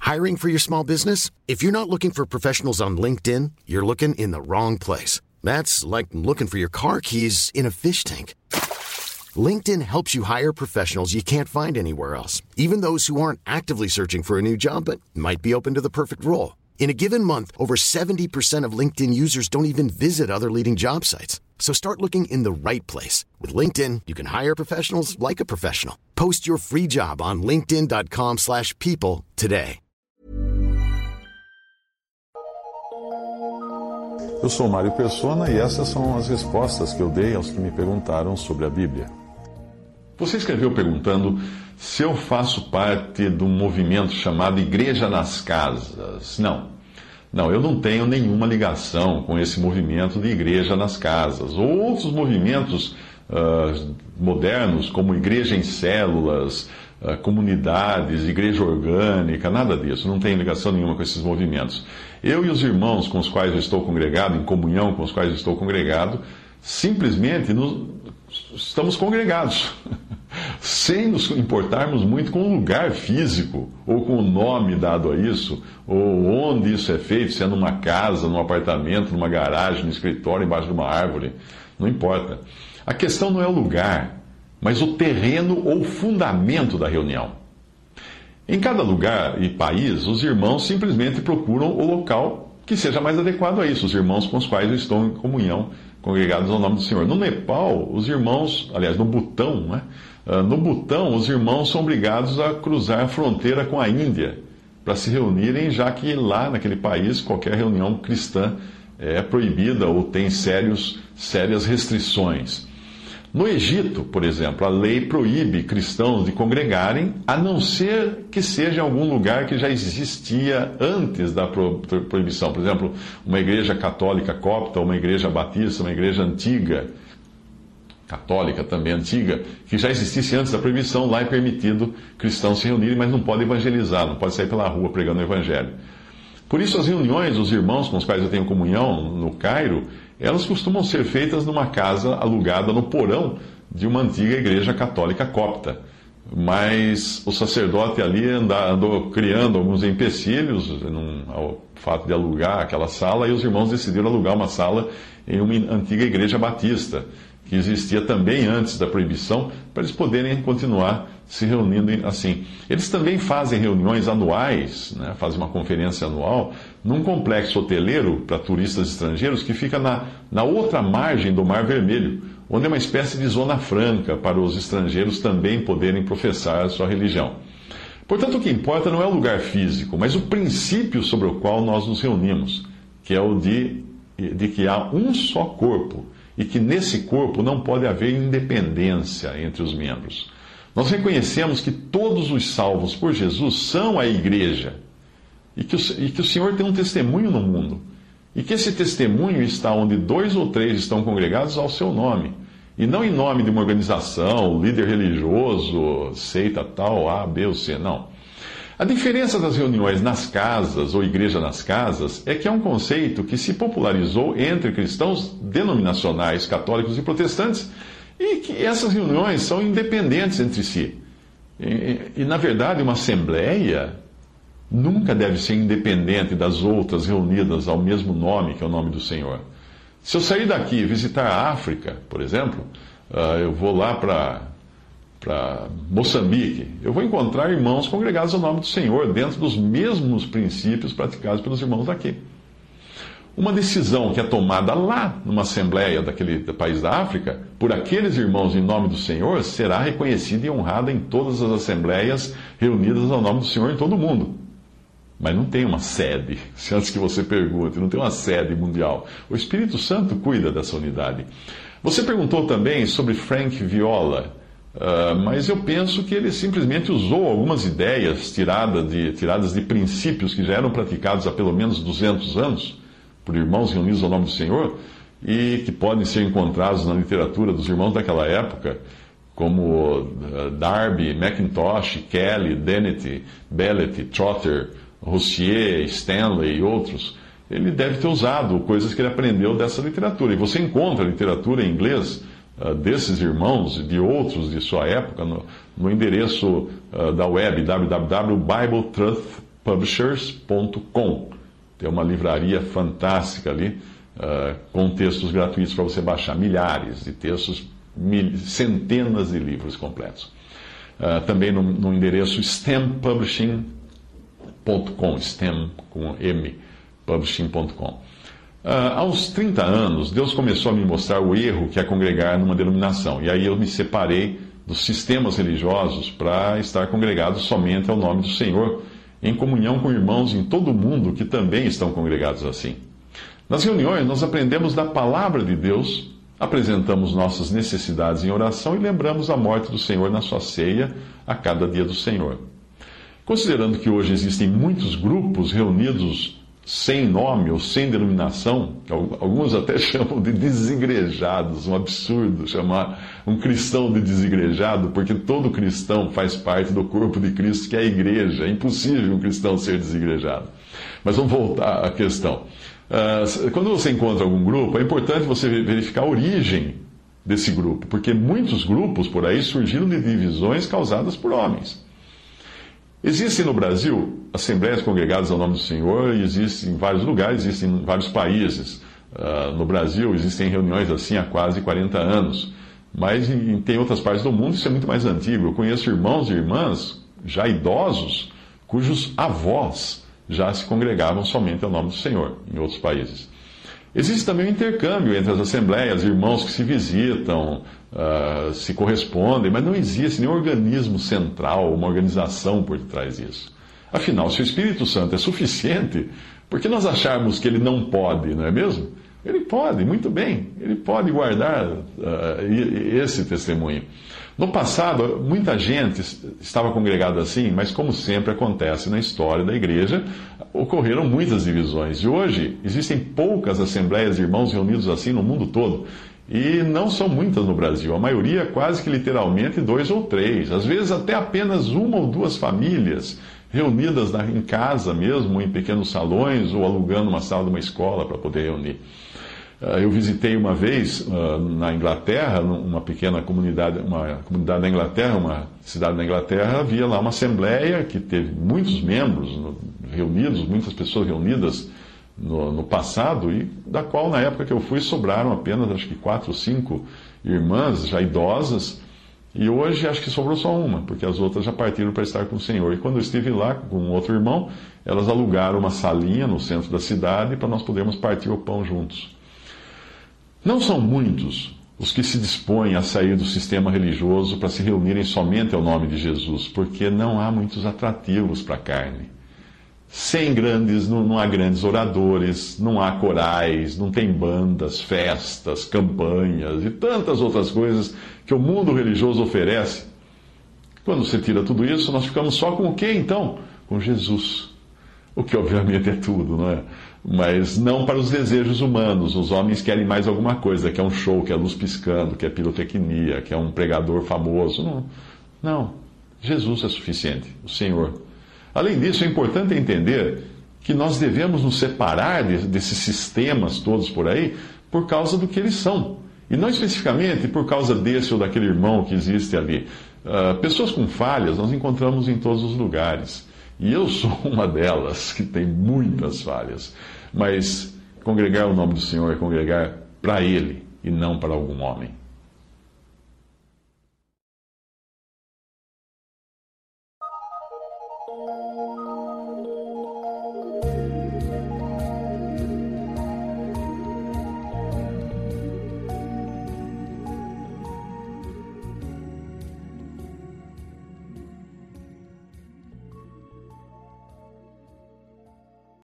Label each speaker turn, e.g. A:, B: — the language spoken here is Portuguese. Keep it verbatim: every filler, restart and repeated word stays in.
A: Hiring for your small business? If you're not looking for professionals on LinkedIn, you're looking in the wrong place. That's like looking for your car keys in a fish tank. LinkedIn helps you hire professionals you can't find anywhere else, even those who aren't actively searching for a new job but might be open to the perfect role. In a given month, over seventy percent of LinkedIn users don't even visit other leading job sites. So start looking in the right place. With LinkedIn, you can hire professionals like a professional. Post your free job on linkedin dot com slash people today.
B: Eu sou Mário Persona e essas são as respostas que eu dei aos que me perguntaram sobre a Bíblia. Você escreveu perguntando se eu faço parte de um movimento chamado Igreja nas Casas. Não. Não, eu não tenho nenhuma ligação com esse movimento de Igreja nas Casas. Ou outros movimentos uh, modernos, como Igreja em Células, uh, comunidades, Igreja Orgânica, nada disso. Não tenho ligação nenhuma com esses movimentos. Eu e os irmãos com os quais eu estou congregado, em comunhão com os quais eu estou congregado, simplesmente nos, estamos congregados, sem nos importarmos muito com o lugar físico, ou com o nome dado a isso, ou onde isso é feito, se é numa casa, num apartamento, numa garagem, no escritório, embaixo de uma árvore, não importa. A questão não é o lugar, mas o terreno ou fundamento da reunião. Em cada lugar e país, os irmãos simplesmente procuram o local que seja mais adequado a isso, os irmãos com os quais estão em comunhão, congregados ao nome do Senhor. No Nepal, os irmãos, aliás, no Butão, né? No Butão, os irmãos são obrigados a cruzar a fronteira com a Índia para se reunirem, já que lá naquele país qualquer reunião cristã é proibida ou tem sérios, sérias restrições. No Egito, por exemplo, a lei proíbe cristãos de congregarem, a não ser que seja em algum lugar que já existia antes da proibição. Por exemplo, uma igreja católica copta, uma igreja batista, uma igreja antiga, católica também antiga, que já existisse antes da proibição, lá é permitido cristãos se reunirem, mas não pode evangelizar, não pode sair pela rua pregando o evangelho. Por isso, as reuniões dos irmãos com os quais eu tenho comunhão no Cairo, elas costumam ser feitas numa casa alugada no porão de uma antiga igreja católica copta. Mas o sacerdote ali anda, andou criando alguns empecilhos num, ao fato de alugar aquela sala, e os irmãos decidiram alugar uma sala em uma antiga igreja batista, que existia também antes da proibição, para eles poderem continuar se reunindo assim. Eles também fazem reuniões anuais, né, fazem uma conferência anual, num complexo hoteleiro para turistas estrangeiros que fica na, na outra margem do Mar Vermelho, onde é uma espécie de zona franca para os estrangeiros também poderem professar a sua religião. Portanto, o que importa não é o lugar físico, mas o princípio sobre o qual nós nos reunimos, que é o de, de que há um só corpo, e que nesse corpo não pode haver independência entre os membros. Nós reconhecemos que todos os salvos por Jesus são a igreja, e que, o, e que o Senhor tem um testemunho no mundo, e que esse testemunho está onde dois ou três estão congregados ao seu nome, e não em nome de uma organização, líder religioso, seita tal, A, B ou C, não. A diferença das reuniões nas casas ou igreja nas casas é que é um conceito que se popularizou entre cristãos denominacionais, católicos e protestantes, e que essas reuniões são independentes entre si. E, e, e na verdade, uma assembleia nunca deve ser independente das outras reunidas ao mesmo nome, que é o nome do Senhor. Se eu sair daqui e visitar a África, por exemplo, uh, eu vou lá para... para Moçambique, eu vou encontrar irmãos congregados ao nome do Senhor, dentro dos mesmos princípios praticados pelos irmãos daqui. Uma decisão que é tomada lá, numa assembleia daquele país da África, por aqueles irmãos em nome do Senhor, será reconhecida e honrada em todas as assembleias reunidas ao nome do Senhor em todo o mundo. Mas não tem uma sede, se antes que você pergunte, não tem uma sede mundial. O Espírito Santo cuida dessa unidade. Você perguntou também sobre Frank Viola. Uh, mas eu penso que ele simplesmente usou algumas ideias tiradas de, tiradas de princípios que já eram praticados há pelo menos duzentos anos, por irmãos reunidos ao nome do Senhor, e que podem ser encontrados na literatura dos irmãos daquela época, como uh, Darby, McIntosh, Kelly, Dennett, Bellet, Trotter, Roussier, Stanley e outros. Ele deve ter usado coisas que ele aprendeu dessa literatura. E você encontra literatura em inglês Uh, desses irmãos e de outros de sua época no, no endereço uh, da web w w w ponto bible truth publishers ponto com. Tem uma livraria fantástica ali, uh, com textos gratuitos para você baixar. Milhares de textos, mil, centenas de livros completos. Uh, também no, no endereço stem publishing ponto com, stem com M, publishing ponto com. Uh, aos trinta anos, Deus começou a me mostrar o erro que é congregar numa denominação. E aí eu me separei dos sistemas religiosos para estar congregado somente ao nome do Senhor, em comunhão com irmãos em todo o mundo que também estão congregados assim. Nas reuniões, nós aprendemos da palavra de Deus, apresentamos nossas necessidades em oração e lembramos a morte do Senhor na sua ceia a cada dia do Senhor. Considerando que hoje existem muitos grupos reunidos sem nome ou sem denominação, que alguns até chamam de desigrejados, um absurdo chamar um cristão de desigrejado, porque todo cristão faz parte do corpo de Cristo, que é a igreja. É impossível um cristão ser desigrejado. Mas vamos voltar à questão. Uh, quando você encontra algum grupo, é importante você verificar a origem desse grupo, porque muitos grupos por aí surgiram de divisões causadas por homens. Existem no Brasil assembleias congregadas ao nome do Senhor, e existem em vários lugares, existem em vários países. Uh, no Brasil existem reuniões assim há quase quarenta anos, mas em, tem outras partes do mundo isso é muito mais antigo. Eu conheço irmãos e irmãs já idosos, cujos avós já se congregavam somente ao nome do Senhor em outros países. Existe também o intercâmbio entre as assembleias, irmãos que se visitam, uh, se correspondem, mas não existe nenhum organismo central, uma organização por trás disso. Afinal, se o Espírito Santo é suficiente, por que nós acharmos que ele não pode, não é mesmo? Ele pode, muito bem, ele pode guardar uh, esse testemunho. No passado, muita gente estava congregada assim, mas como sempre acontece na história da igreja, ocorreram muitas divisões. E hoje, existem poucas assembleias de irmãos reunidos assim no mundo todo. E não são muitas no Brasil. A maioria, quase que literalmente, dois ou três. Às vezes até apenas uma ou duas famílias reunidas em casa mesmo, em pequenos salões, ou alugando uma sala de uma escola para poder reunir. Eu visitei uma vez na Inglaterra, uma pequena comunidade, uma comunidade da Inglaterra, uma cidade da Inglaterra, havia lá uma assembleia que teve muitos membros reunidos, muitas pessoas reunidas no, no passado, e da qual na época que eu fui sobraram apenas acho que quatro ou cinco irmãs já idosas, e hoje acho que sobrou só uma, porque as outras já partiram para estar com o Senhor. E quando eu estive lá com outro irmão, elas alugaram uma salinha no centro da cidade para nós podermos partir o pão juntos. Não são muitos os que se dispõem a sair do sistema religioso para se reunirem somente ao nome de Jesus, porque não há muitos atrativos para a carne. Sem grandes, não, não há grandes oradores, não há corais, não tem bandas, festas, campanhas e tantas outras coisas que o mundo religioso oferece. Quando você tira tudo isso, nós ficamos só com o quê então? Com Jesus. O que obviamente é tudo, não é? Mas não para os desejos humanos. Os homens querem mais alguma coisa, quer um show, quer luz piscando, quer pirotecnia, quer um pregador famoso. Não, não. Jesus é suficiente, o Senhor. Além disso, é importante entender que nós devemos nos separar de, desses sistemas todos por aí por causa do que eles são. E não especificamente por causa desse ou daquele irmão que existe ali. Uh, pessoas com falhas nós encontramos em todos os lugares. E eu sou uma delas, que tem muitas falhas. Mas congregar o nome do Senhor é congregar para Ele e não para algum homem.